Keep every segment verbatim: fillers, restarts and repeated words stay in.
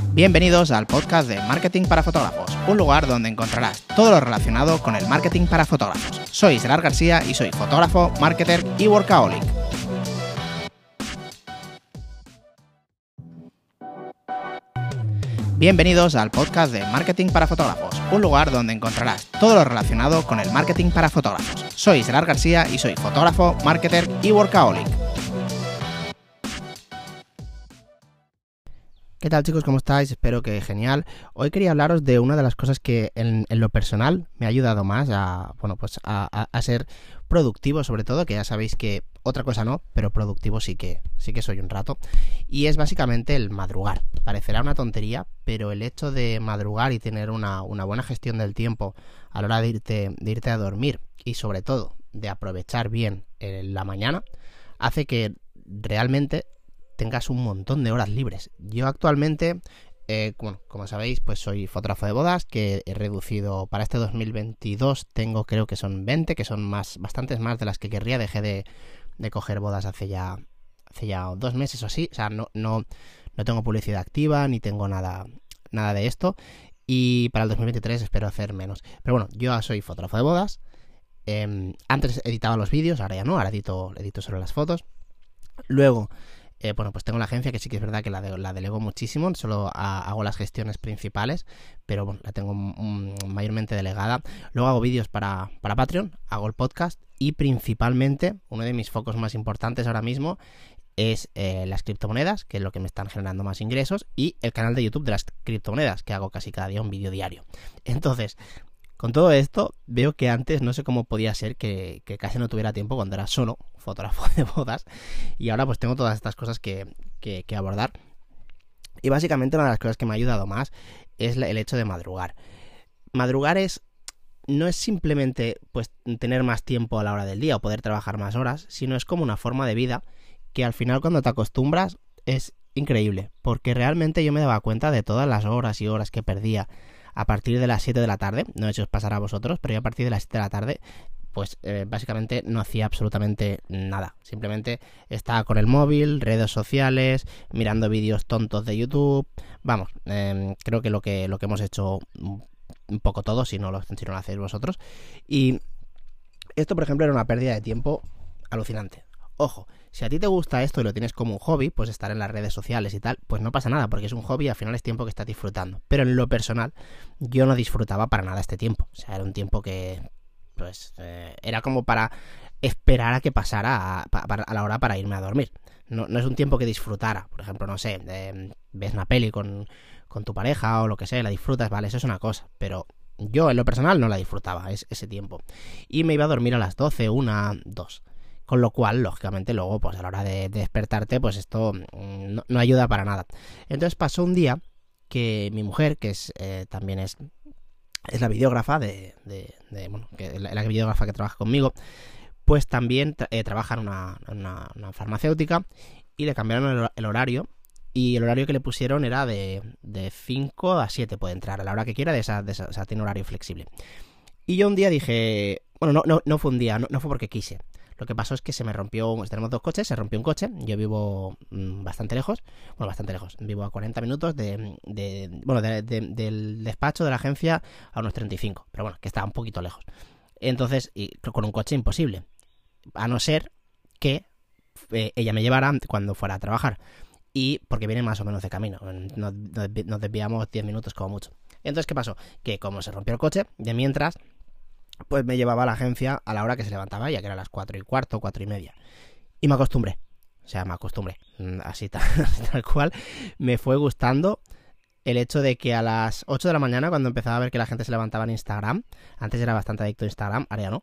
Bienvenidos al podcast de Marketing para Fotógrafos, un lugar donde encontrarás todo lo relacionado con el marketing para fotógrafos. Soy Gerard García y soy fotógrafo, marketer y workaholic. Bienvenidos al podcast de Marketing para Fotógrafos, un lugar donde encontrarás todo lo relacionado con el marketing para fotógrafos. Soy Gerard García y soy fotógrafo, marketer y workaholic. ¿Qué tal, chicos? ¿Cómo estáis? Espero que genial. Hoy quería hablaros de una de las cosas que en, en lo personal me ha ayudado más a, bueno, pues a, a, a ser productivo, sobre todo, que ya sabéis que otra cosa no, pero productivo sí que, sí que soy un rato, y es básicamente el madrugar. Parecerá una tontería, pero el hecho de madrugar y tener una, una buena gestión del tiempo a la hora de irte, de irte a dormir y sobre todo de aprovechar bien eh, la mañana, hace que realmente tengas un montón de horas libres. Yo actualmente, eh, bueno, como sabéis, pues soy fotógrafo de bodas, que he reducido para este dos mil veintidós, tengo creo que son veinte, que son más, bastantes más de las que querría. Dejé de, de coger bodas hace ya, hace ya dos meses o así, o sea, no, no, no tengo publicidad activa, ni tengo nada, nada de esto, y para el dos mil veintitrés espero hacer menos. Pero bueno, yo soy fotógrafo de bodas, eh, antes editaba los vídeos, ahora ya no, ahora edito, edito solo las fotos. Luego, Eh, bueno, pues tengo la agencia, que sí que es verdad que la, de, la delego muchísimo, solo a, hago las gestiones principales, pero bueno, la tengo um, mayormente delegada. Luego hago vídeos para, para Patreon, hago el podcast y principalmente uno de mis focos más importantes ahora mismo es eh, las criptomonedas, que es lo que me están generando más ingresos, y el canal de YouTube de las criptomonedas, que hago casi cada día un vídeo diario. Entonces, con todo esto, veo que antes no sé cómo podía ser que, que casi no tuviera tiempo cuando era solo fotógrafo de bodas, y ahora pues tengo todas estas cosas que, que, que abordar. Y básicamente una de las cosas que me ha ayudado más es el hecho de madrugar. Madrugar es no es simplemente pues tener más tiempo a la hora del día o poder trabajar más horas, sino es como una forma de vida que al final cuando te acostumbras es increíble, porque realmente yo me daba cuenta de todas las horas y horas que perdía a partir de las siete de la tarde, no sé si os pasará a vosotros, pero yo a partir de las siete de la tarde, pues eh, básicamente no hacía absolutamente nada. Simplemente estaba con el móvil, redes sociales, mirando vídeos tontos de YouTube. Vamos, eh, creo que lo que lo que hemos hecho un poco todos, si no lo, si no lo hacéis vosotros. Y esto, por ejemplo, era una pérdida de tiempo alucinante. Ojo, si a ti te gusta esto y lo tienes como un hobby, pues estar en las redes sociales y tal, pues no pasa nada, porque es un hobby y al final es tiempo que estás disfrutando. Pero en lo personal, yo no disfrutaba para nada este tiempo. O sea, era un tiempo que, pues, eh, era como para esperar a que pasara a, a, a la hora para irme a dormir. No, no es un tiempo que disfrutara. Por ejemplo, no sé, eh, ves una peli con, con tu pareja o lo que sea, la disfrutas, vale, eso es una cosa. Pero yo en lo personal no la disfrutaba es, ese tiempo. Y me iba a dormir a las doce, una, dos. Con lo cual, lógicamente, luego, pues a la hora de, de despertarte, pues esto no, no ayuda para nada. Entonces pasó un día que mi mujer, que es eh, también es, es la videógrafa de, de, de bueno, que la, la videógrafa que trabaja conmigo, pues también tra eh, trabaja en una, una, una farmacéutica, y le cambiaron el, el horario, y el horario que le pusieron era de, de cinco a siete, puede entrar a la hora que quiera, de esa, de esa, o sea, tiene horario flexible. Y yo un día dije, bueno, no, no, no fue un día, no, no fue porque quise. Lo que pasó es que se me rompió, tenemos dos coches, se rompió un coche, yo vivo mmm, bastante lejos, bueno, bastante lejos, vivo a cuarenta minutos de, de bueno, de, de, del despacho de la agencia a unos treinta y cinco, pero bueno, que está un poquito lejos. Entonces, y con un coche imposible, a no ser que eh, ella me llevara cuando fuera a trabajar, y porque viene más o menos de camino, nos, nos desviamos diez minutos como mucho. Entonces, ¿qué pasó? Que como se rompió el coche, de mientras, pues me llevaba a la agencia a la hora que se levantaba ella, que era a las cuatro y cuarto, cuatro y media. Y me acostumbré. O sea, me acostumbré. Así tal, tal cual. Me fue gustando el hecho de que a las ocho de la mañana, cuando empezaba a ver que la gente se levantaba en Instagram, antes era bastante adicto a Instagram, ahora ya no,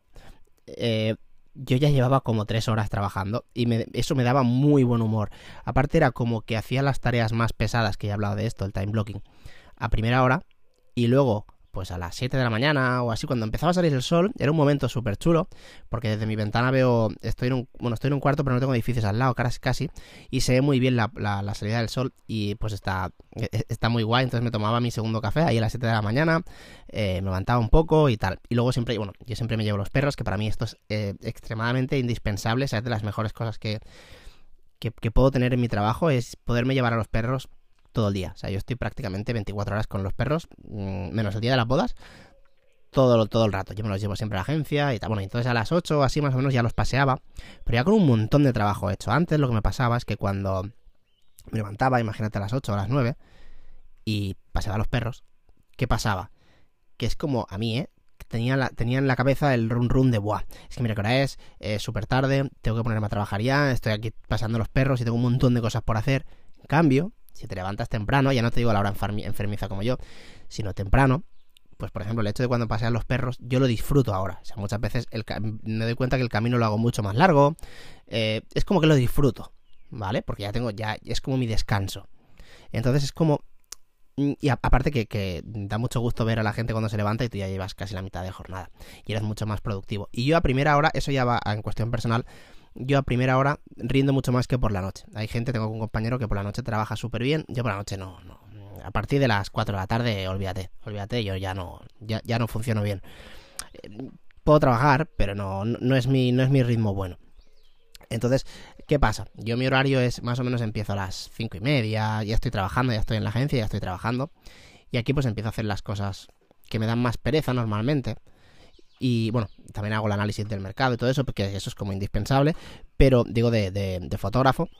eh, yo ya llevaba como tres horas trabajando y me, eso me daba muy buen humor. Aparte era como que hacía las tareas más pesadas, que ya he hablado de esto, el time blocking, a primera hora, y luego pues a las siete de la mañana o así, cuando empezaba a salir el sol, era un momento súper chulo, porque desde mi ventana veo, estoy en un, bueno, estoy en un cuarto, pero no tengo edificios al lado, casi, casi, y se ve muy bien la, la, la salida del sol, y pues está, está muy guay. Entonces me tomaba mi segundo café ahí a las siete de la mañana, eh, me levantaba un poco y tal, y luego siempre, bueno, yo siempre me llevo los perros, que para mí esto es eh, extremadamente indispensable, o sea, es de las mejores cosas que, que, que puedo tener en mi trabajo, es poderme llevar a los perros todo el día. O sea, yo estoy prácticamente veinticuatro horas con los perros, menos el día de las bodas, todo, todo el rato. Yo me los llevo siempre a la agencia y tal. Bueno, entonces a las ocho así más o menos ya los paseaba, pero ya con un montón de trabajo hecho. Antes lo que me pasaba es que cuando me levantaba, imagínate a las ocho o a las nueve, y paseaba a los perros, ¿qué pasaba? Que es como a mí, ¿eh? Tenía, la, tenía en la cabeza el run run de buah, es que mira que hora es, es súper tarde, tengo que ponerme a trabajar ya, estoy aquí paseando los perros y tengo un montón de cosas por hacer. En cambio, si te levantas temprano, ya no te digo a la hora enfermiza como yo, sino temprano, pues por ejemplo el hecho de cuando pasean los perros, yo lo disfruto ahora. O sea, muchas veces el, me doy cuenta que el camino lo hago mucho más largo, eh, es como que lo disfruto, ¿vale? Porque ya tengo, ya es como mi descanso. Entonces es como... Y aparte que, que da mucho gusto ver a la gente cuando se levanta y tú ya llevas casi la mitad de jornada y eres mucho más productivo. Y yo a primera hora, eso ya va en cuestión personal, yo a primera hora rindo mucho más que por la noche. Hay gente, tengo un compañero que por la noche trabaja súper bien, yo por la noche no, no. A partir de las cuatro de la tarde, olvídate, olvídate, yo ya no, ya, ya no funciono bien. Puedo trabajar, pero no, no, es mi, no es mi ritmo bueno. Entonces, ¿qué pasa? Yo mi horario es más o menos empiezo a las cinco y media, ya estoy trabajando, ya estoy en la agencia, ya estoy trabajando. Y aquí pues empiezo a hacer las cosas que me dan más pereza normalmente. Y bueno, también hago el análisis del mercado y todo eso, porque eso es como indispensable. Pero digo de, de, de fotógrafo,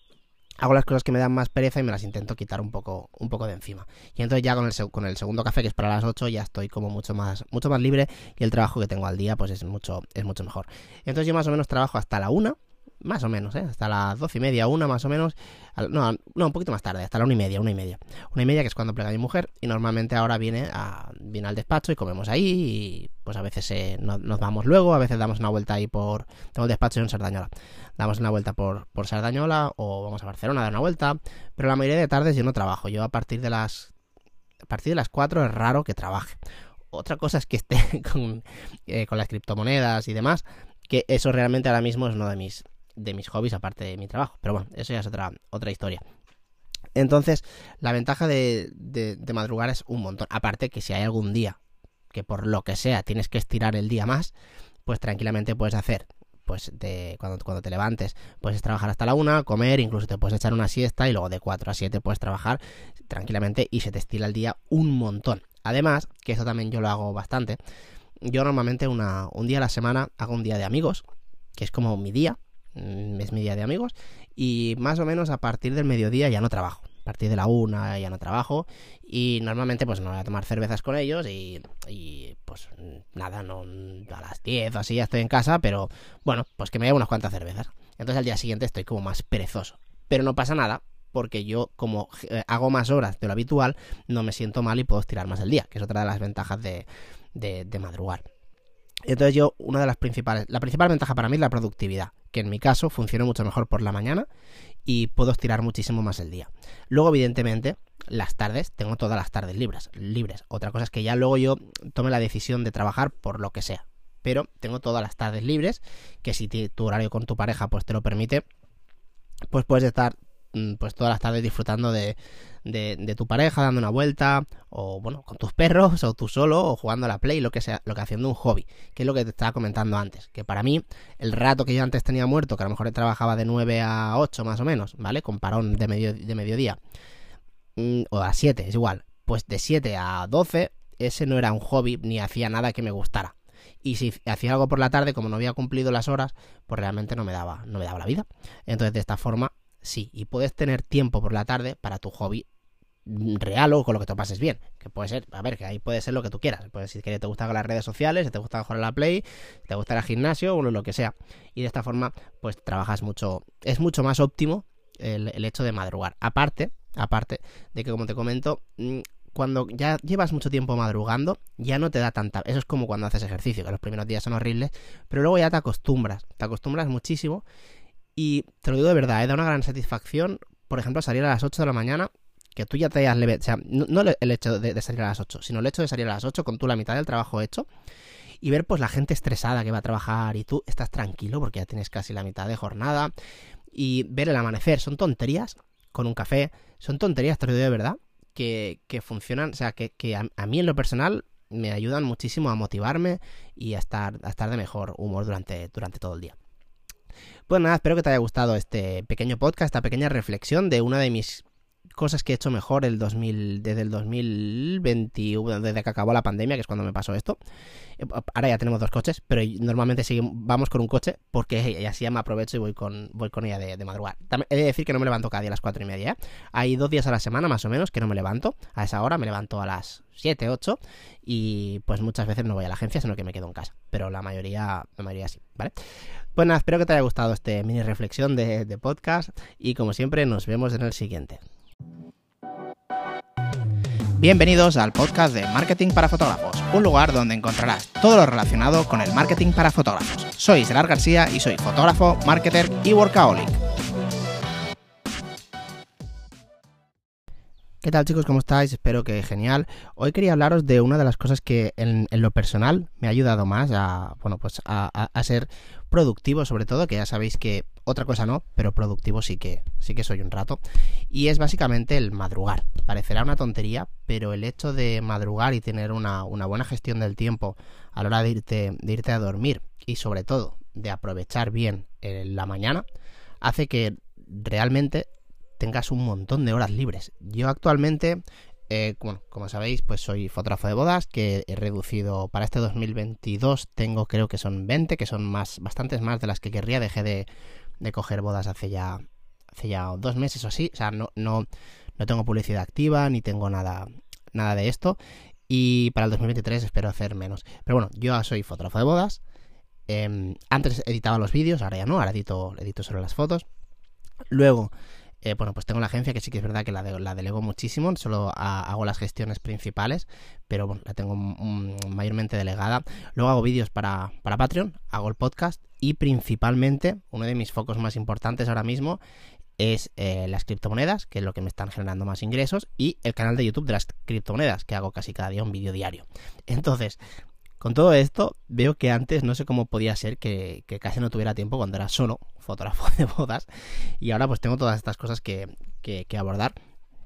hago las cosas que me dan más pereza y me las intento quitar un poco, un poco de encima. Y entonces ya con el, con el segundo café, que es para las ocho, ya estoy como mucho más, mucho más libre y el trabajo que tengo al día pues es mucho, es mucho mejor. Entonces yo más o menos trabajo hasta la una. Más o menos, ¿eh? Hasta las doce y media, una más o menos. No, no, un poquito más tarde, hasta la una y media, una y media. Una y media que es cuando plega mi mujer y normalmente ahora viene, a, viene al despacho y comemos ahí y pues a veces eh, no, nos vamos luego, a veces damos una vuelta ahí por... Tengo el despacho en Sardañola. Damos una vuelta por, por Sardañola o vamos a Barcelona a dar una vuelta. Pero la mayoría de tardes yo no trabajo. Yo a partir de las... A partir de las cuatro es raro que trabaje. Otra cosa es que esté con, eh, con las criptomonedas y demás, que eso realmente ahora mismo es uno de mis... de mis hobbies aparte de mi trabajo, pero bueno, eso ya es otra, otra historia. Entonces, la ventaja de, de, de madrugar es un montón, aparte que si hay algún día que por lo que sea tienes que estirar el día más, pues tranquilamente puedes hacer, pues de cuando, cuando te levantes, puedes trabajar hasta la una, comer, incluso te puedes echar una siesta y luego de cuatro a siete puedes trabajar tranquilamente y se te estira el día un montón. Además, que eso también yo lo hago bastante, yo normalmente una, un día a la semana hago un día de amigos, que es como mi día, es mi día de amigos, y más o menos a partir del mediodía ya no trabajo, a partir de la una ya no trabajo y normalmente pues me voy a tomar cervezas con ellos y, y pues nada, no a las diez o así ya estoy en casa, pero bueno, pues que me llevo unas cuantas cervezas. Entonces al día siguiente estoy como más perezoso, pero no pasa nada porque yo como hago más horas de lo habitual no me siento mal y puedo estirar más el día, que es otra de las ventajas de, de, de madrugar. Entonces yo, una de las principales, la principal ventaja para mí es la productividad, que en mi caso funciona mucho mejor por la mañana y puedo estirar muchísimo más el día. Luego, evidentemente, las tardes, tengo todas las tardes libres, libres. Otra cosa es que ya luego yo tome la decisión de trabajar por lo que sea, pero tengo todas las tardes libres, que si tu horario con tu pareja pues te lo permite, pues puedes estar pues todas las tardes disfrutando de, de, de tu pareja, dando una vuelta, o bueno, con tus perros, o tú solo, o jugando a la Play, lo que sea, lo que haciendo un hobby, que es lo que te estaba comentando antes, que para mí, el rato que yo antes tenía muerto, que a lo mejor trabajaba de nueve a ocho más o menos, ¿vale? Con parón de, medio, de mediodía, o a siete, es igual, pues de siete a doce, ese no era un hobby, ni hacía nada que me gustara. Y si hacía algo por la tarde, como no había cumplido las horas, pues realmente no me daba, no me daba la vida. Entonces, de esta forma, sí, y puedes tener tiempo por la tarde para tu hobby real o con lo que te pases bien, que puede ser, a ver, que ahí puede ser lo que tú quieras, puede decir que te gustan las redes sociales, si te gusta jugar a la Play, si te gusta el gimnasio o lo que sea, y de esta forma pues trabajas mucho, es mucho más óptimo el, el hecho de madrugar, aparte, aparte de que como te comento, cuando ya llevas mucho tiempo madrugando, ya no te da tanta, eso es como cuando haces ejercicio, que los primeros días son horribles, pero luego ya te acostumbras, te acostumbras muchísimo. Y te lo digo de verdad, ¿eh? Da una gran satisfacción, por ejemplo, salir a las ocho de la mañana, que tú ya te hayas leve, o sea, no, no el hecho de, de salir a las ocho, sino el hecho de salir a las ocho con tú la mitad del trabajo hecho y ver pues la gente estresada que va a trabajar y tú estás tranquilo porque ya tienes casi la mitad de jornada y ver el amanecer, son tonterías con un café, son tonterías, te lo digo de verdad, que, que funcionan, o sea, que, que a, a mí en lo personal me ayudan muchísimo a motivarme y a estar, a estar de mejor humor durante, durante todo el día. Pues nada, espero que te haya gustado este pequeño podcast, esta pequeña reflexión de una de mis cosas que he hecho mejor el dos mil, desde el dos mil veinte, desde que acabó la pandemia, que es cuando me pasó esto. Ahora ya tenemos dos coches, pero normalmente seguimos, vamos con un coche porque así ya me aprovecho y voy con, voy con ella de, de madrugar. También he de decir que no me levanto cada día a las cuatro y media, ¿eh? Hay dos días a la semana más o menos que no me levanto a esa hora, me levanto a las siete, ocho y pues muchas veces no voy a la agencia, sino que me quedo en casa, pero la mayoría, la mayoría sí, ¿vale? Pues nada, espero que te haya gustado este mini reflexión de, de podcast y como siempre nos vemos en el siguiente. Bienvenidos al podcast de Marketing para Fotógrafos, un lugar donde encontrarás todo lo relacionado con el marketing para fotógrafos. Soy Gerard García y soy fotógrafo, marketer y workaholic. ¿Qué tal, chicos? ¿Cómo estáis? Espero que genial. Hoy quería hablaros de una de las cosas que en, en lo personal me ha ayudado más a, bueno, pues a, a, a ser productivo, sobre todo, que ya sabéis que otra cosa no, pero productivo sí que sí que soy un rato, y es básicamente el madrugar. Parecerá una tontería, pero el hecho de madrugar y tener una, una buena gestión del tiempo a la hora de irte, de irte a dormir y sobre todo de aprovechar bien la mañana hace que realmente tengas un montón de horas libres. Yo actualmente, eh, bueno, como sabéis, pues soy fotógrafo de bodas, que he reducido para este dos mil veintidós, tengo creo que son veinte, que son más, bastantes más de las que querría. Dejé de, de coger bodas hace ya, hace ya dos meses o así, o sea, no, no, no tengo publicidad activa, ni tengo nada, nada de esto, y para el dos mil veintitrés espero hacer menos. Pero bueno, yo soy fotógrafo de bodas, eh, antes editaba los vídeos, ahora ya no, ahora edito, edito solo las fotos. Luego, Eh, bueno, pues tengo la agencia que sí que es verdad que la, de, la delego muchísimo, solo a, hago las gestiones principales, pero bueno, la tengo um, mayormente delegada. Luego hago vídeos para, para Patreon, hago el podcast y principalmente uno de mis focos más importantes ahora mismo es eh, las criptomonedas, que es lo que me están generando más ingresos, y el canal de YouTube de las criptomonedas, que hago casi cada día un vídeo diario. Entonces, con todo esto, veo que antes no sé cómo podía ser que, que casi no tuviera tiempo cuando era solo fotógrafo de bodas, y ahora pues tengo todas estas cosas que, que, que abordar.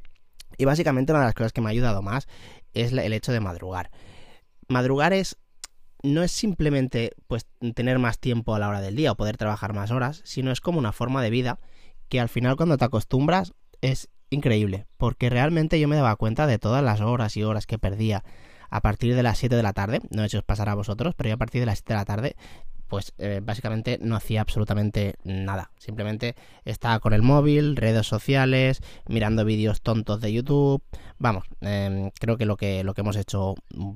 Y básicamente una de las cosas que me ha ayudado más es el hecho de madrugar. Madrugar es no es simplemente pues tener más tiempo a la hora del día o poder trabajar más horas, sino es como una forma de vida que al final cuando te acostumbras es increíble, porque realmente yo me daba cuenta de todas las horas y horas que perdía a partir de las siete de la tarde, no sé si os pasará a vosotros, pero yo a partir de las siete de la tarde, pues eh, básicamente no hacía absolutamente nada. Simplemente estaba con el móvil, redes sociales, mirando vídeos tontos de YouTube. Vamos, eh, creo que lo que lo que hemos hecho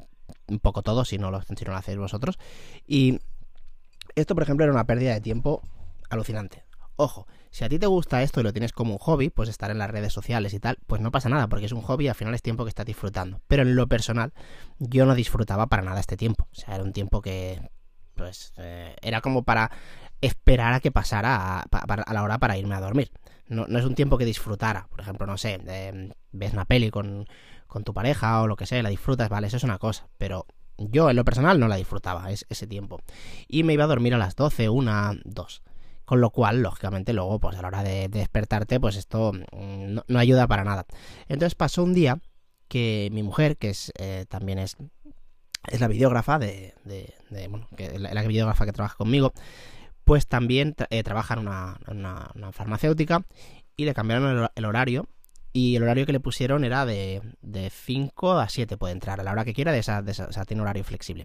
un poco todos, si no lo, si no lo hacéis vosotros. Y esto, por ejemplo, era una pérdida de tiempo alucinante. Ojo, si a ti te gusta esto y lo tienes como un hobby, pues estar en las redes sociales y tal, pues no pasa nada, porque es un hobby y al final es tiempo que estás disfrutando. Pero en lo personal, yo no disfrutaba para nada este tiempo. O sea, era un tiempo que, pues, eh, era como para esperar a que pasara a, a, a la hora para irme a dormir. No, no es un tiempo que disfrutara. Por ejemplo, no sé, eh, ves una peli con, con tu pareja o lo que sea, la disfrutas, vale, eso es una cosa. Pero yo en lo personal no la disfrutaba es, ese tiempo. Y me iba a dormir a las doce, una, dos. Con lo cual, lógicamente, luego, pues a la hora de, de despertarte, pues esto no, no ayuda para nada. Entonces pasó un día que mi mujer, que es eh, también es, es la videógrafa de, de, de bueno, que la, la videógrafa que trabaja conmigo, pues también tra eh, trabaja en una, una, una farmacéutica y le cambiaron el, el horario. Y el horario que le pusieron era de, de cinco a siete, puede entrar a la hora que quiera, de esa, de esa, o sea, tiene horario flexible.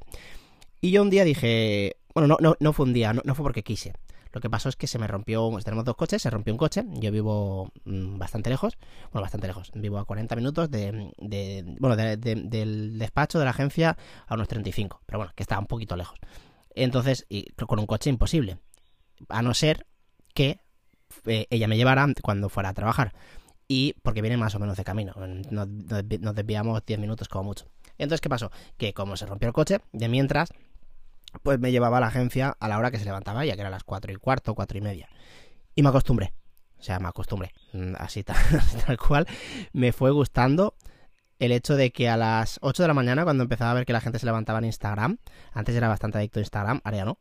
Y yo un día dije, bueno, no, no, no fue un día, no, no fue porque quise. Lo que pasó es que se me rompió, tenemos dos coches, se rompió un coche, yo vivo mmm, bastante lejos, bueno, bastante lejos, vivo a cuarenta minutos de, de bueno, de, de, del despacho de la agencia a unos treinta y cinco, pero bueno, que está un poquito lejos. Entonces, y con un coche imposible, a no ser que eh, ella me llevara cuando fuera a trabajar, y porque viene más o menos de camino, nos, nos desviamos diez minutos como mucho. Entonces, ¿qué pasó? Que como se rompió el coche, de mientras, pues me llevaba a la agencia a la hora que se levantaba ella, que era las cuatro y cuarto, cuatro y media. Y me acostumbré. O sea, me acostumbré. Así tal, tal cual. Me fue gustando el hecho de que a las ocho de la mañana, cuando empezaba a ver que la gente se levantaba en Instagram, antes era bastante adicto a Instagram, ahora ya no,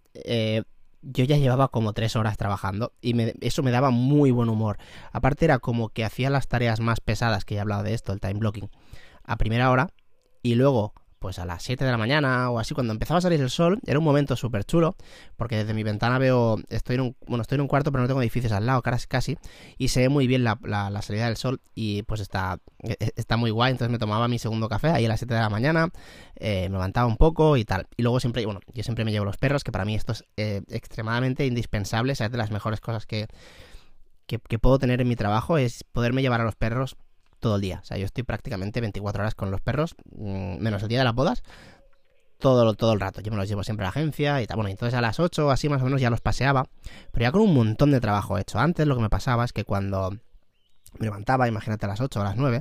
eh, yo ya llevaba como tres horas trabajando y me, eso me daba muy buen humor. Aparte era como que hacía las tareas más pesadas, que ya he hablado de esto, el time blocking, a primera hora, y luego pues a las siete de la mañana o así, cuando empezaba a salir el sol, era un momento súper chulo, porque desde mi ventana veo, estoy en un, bueno, estoy en un cuarto, pero no tengo edificios al lado, casi, casi y se ve muy bien la, la, la salida del sol, y pues está, está muy guay. Entonces me tomaba mi segundo café ahí a las siete de la mañana, eh, me levantaba un poco y tal, y luego siempre, bueno, yo siempre me llevo los perros, que para mí esto es eh, extremadamente indispensable, o sea, es de las mejores cosas que, que, que puedo tener en mi trabajo, es poderme llevar a los perros todo el día. O sea, yo estoy prácticamente veinticuatro horas con los perros, mmm, menos el día de las bodas, todo, todo el rato. Yo me los llevo siempre a la agencia y tal. Bueno, entonces a las ocho así más o menos ya los paseaba, pero ya con un montón de trabajo hecho. Antes lo que me pasaba es que cuando me levantaba, imagínate a las ocho o a las nueve,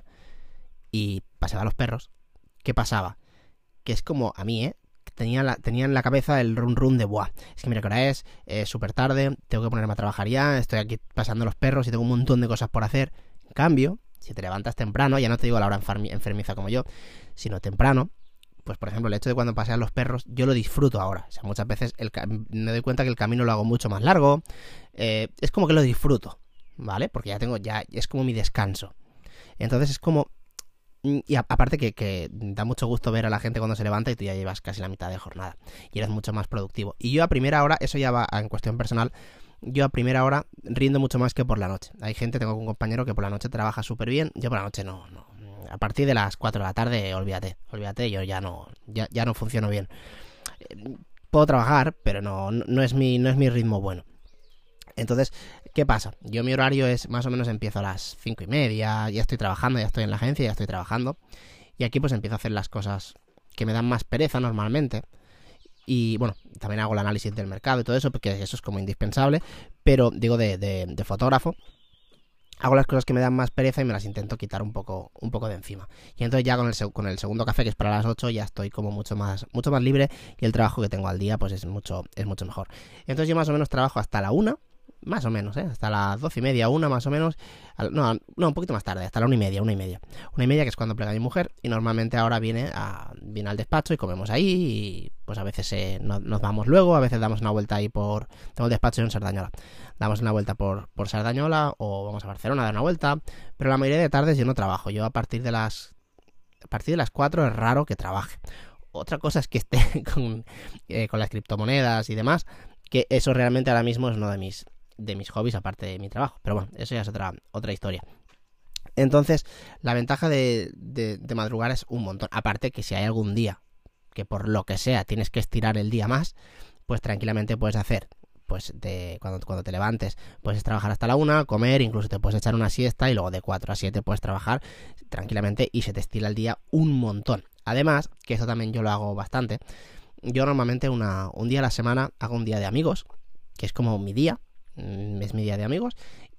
y paseaba a los perros, ¿qué pasaba? Que es como a mí, ¿eh? Tenía, la, tenía en la cabeza el run run de buah, es que mira qué hora es, es súper tarde, tengo que ponerme a trabajar ya, estoy aquí paseando los perros y tengo un montón de cosas por hacer. En cambio, si te levantas temprano, ya no te digo a la hora enfermiza como yo, sino temprano, pues por ejemplo el hecho de cuando pasean los perros, yo lo disfruto ahora. O sea, muchas veces el, me doy cuenta que el camino lo hago mucho más largo, eh, es como que lo disfruto, ¿vale? Porque ya tengo, ya es como mi descanso. Entonces es como, y a, aparte que, que da mucho gusto ver a la gente cuando se levanta y tú ya llevas casi la mitad de jornada y eres mucho más productivo. Y yo a primera hora, eso ya va en cuestión personal, yo a primera hora rindo mucho más que por la noche. Hay gente, tengo un compañero que por la noche trabaja súper bien, yo por la noche no, no. A partir de las cuatro de la tarde, olvídate, olvídate, yo ya no, ya, ya no funciono bien. Puedo trabajar, pero no, no, es mi, no es mi ritmo bueno. Entonces, ¿qué pasa? Yo mi horario es, más o menos empiezo a las cinco y media, ya estoy trabajando, ya estoy en la agencia, ya estoy trabajando. Y aquí pues empiezo a hacer las cosas que me dan más pereza normalmente. Y bueno, también hago el análisis del mercado y todo eso, porque eso es como indispensable, pero digo de, de, de fotógrafo. Hago las cosas que me dan más pereza y me las intento quitar un poco, un poco de encima. Y entonces ya con el, con el segundo café, que es para las ocho, ya estoy como mucho más, mucho más libre, y el trabajo que tengo al día pues es mucho, es mucho mejor. Entonces yo más o menos trabajo hasta la una, más o menos, ¿eh? Hasta las doce y media, una más o menos. No, no, un poquito más tarde, hasta la una y media, una y media. Una y media, que es cuando plega mi mujer, y normalmente ahora viene, a, viene al despacho y comemos ahí, y pues a veces eh, no, nos vamos luego, a veces damos una vuelta ahí por... Tengo el despacho en Sardañola. Damos una vuelta por, por Sardañola, o vamos a Barcelona a dar una vuelta, pero la mayoría de tardes yo no trabajo. Yo a partir de las... A partir de las cuatro es raro que trabaje. Otra cosa es que esté con, eh, con las criptomonedas y demás, que eso realmente ahora mismo es uno de mis... de mis hobbies aparte de mi trabajo, pero bueno, eso ya es otra, otra historia. Entonces, la ventaja de, de, de madrugar es un montón. Aparte que si hay algún día que por lo que sea tienes que estirar el día más, pues tranquilamente puedes hacer, pues de cuando, cuando te levantes, puedes trabajar hasta la una, comer, incluso te puedes echar una siesta y luego de cuatro a siete puedes trabajar tranquilamente y se te estira el día un montón. Además, que eso también yo lo hago bastante, yo normalmente una, un día a la semana hago un día de amigos, que es como mi día, es mi día de amigos,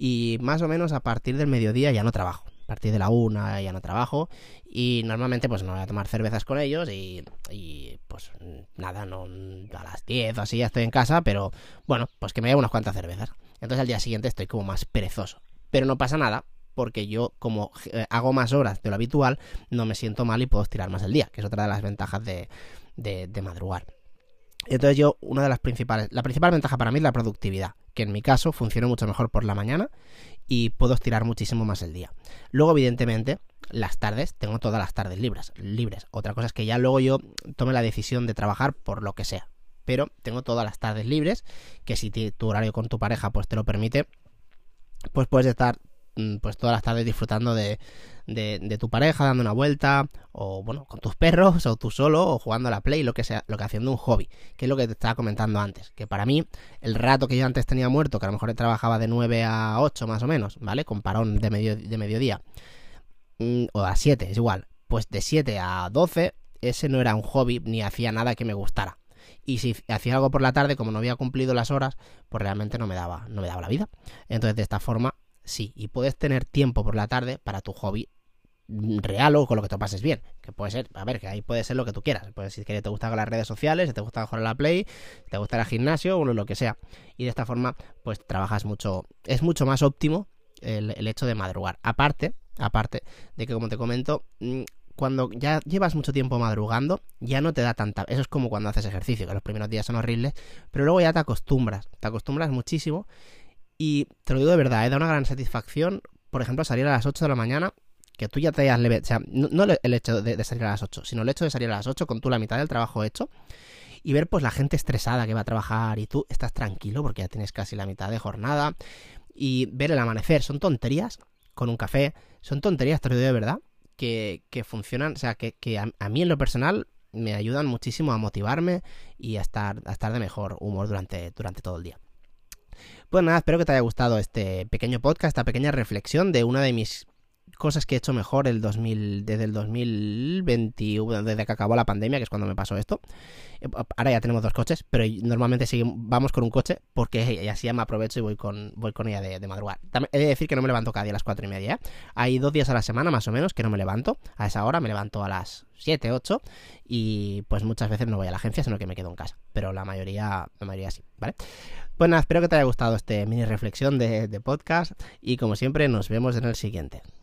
y más o menos a partir del mediodía ya no trabajo, a partir de la una ya no trabajo, y normalmente pues me voy a tomar cervezas con ellos y, y pues nada, no a las diez o así ya estoy en casa, pero bueno, pues que me llevo unas cuantas cervezas. Entonces al día siguiente estoy como más perezoso, pero no pasa nada, porque yo como hago más horas de lo habitual, no me siento mal y puedo estirar más el día, que es otra de las ventajas de, de, de madrugar. Entonces yo, una de las principales, la principal ventaja para mí es la productividad, que en mi caso funciona mucho mejor por la mañana y puedo estirar muchísimo más el día. Luego, evidentemente, las tardes, tengo todas las tardes libres, libres. Otra cosa es que ya luego yo tome la decisión de trabajar por lo que sea, pero tengo todas las tardes libres, que si tu horario con tu pareja pues te lo permite, pues puedes estar pues todas las tardes disfrutando de, de, de tu pareja, dando una vuelta, o bueno, con tus perros, o tú solo, o jugando a la Play, lo que sea, lo que haciendo un hobby, que es lo que te estaba comentando antes, que para mí, el rato que yo antes tenía muerto, que a lo mejor trabajaba de nueve a ocho más o menos, ¿vale? Con parón de, medio, de mediodía, o a siete, es igual, pues de siete a doce, ese no era un hobby, ni hacía nada que me gustara. Y si hacía algo por la tarde, como no había cumplido las horas, pues realmente no me daba, no me daba la vida. Entonces, de esta forma, sí, y puedes tener tiempo por la tarde para tu hobby real o con lo que te pases bien, que puede ser, a ver, que ahí puede ser lo que tú quieras, puede ser que te gustan las redes sociales, si te gusta jugar a la Play, si te gusta el gimnasio o lo que sea, y de esta forma pues trabajas mucho, es mucho más óptimo el, el hecho de madrugar, aparte, aparte de que como te comento, cuando ya llevas mucho tiempo madrugando, ya no te da tanta, eso es como cuando haces ejercicio, que los primeros días son horribles, pero luego ya te acostumbras, te acostumbras muchísimo. Y te lo digo de verdad, ¿eh? Da una gran satisfacción, por ejemplo, salir a las ocho de la mañana, que tú ya te hayas leve, o sea, no, no el hecho de, de salir a las ocho, sino el hecho de salir a las ocho con tú la mitad del trabajo hecho y ver pues la gente estresada que va a trabajar y tú estás tranquilo porque ya tienes casi la mitad de jornada y ver el amanecer, son tonterías con un café, son tonterías, te lo digo de verdad, que, que funcionan, o sea, que, que a, a mí en lo personal me ayudan muchísimo a motivarme y a estar, a estar de mejor humor durante, durante todo el día. Pues nada, espero que te haya gustado este pequeño podcast, esta pequeña reflexión de una de mis cosas que he hecho mejor el dos mil, desde el dos mil veintiuno, desde que acabó la pandemia, que es cuando me pasó esto. Ahora ya tenemos dos coches, pero normalmente seguimos, vamos con un coche porque así ya me aprovecho y voy con, voy con ella de, de madrugada. También he de decir que no me levanto cada día a las cuatro y media, ¿eh? Hay dos días a la semana más o menos que no me levanto a esa hora, me levanto a las siete, ocho y pues muchas veces no voy a la agencia, sino que me quedo en casa, pero la mayoría, la mayoría sí, ¿vale? Pues nada, espero que te haya gustado este mini reflexión de, de podcast y como siempre nos vemos en el siguiente.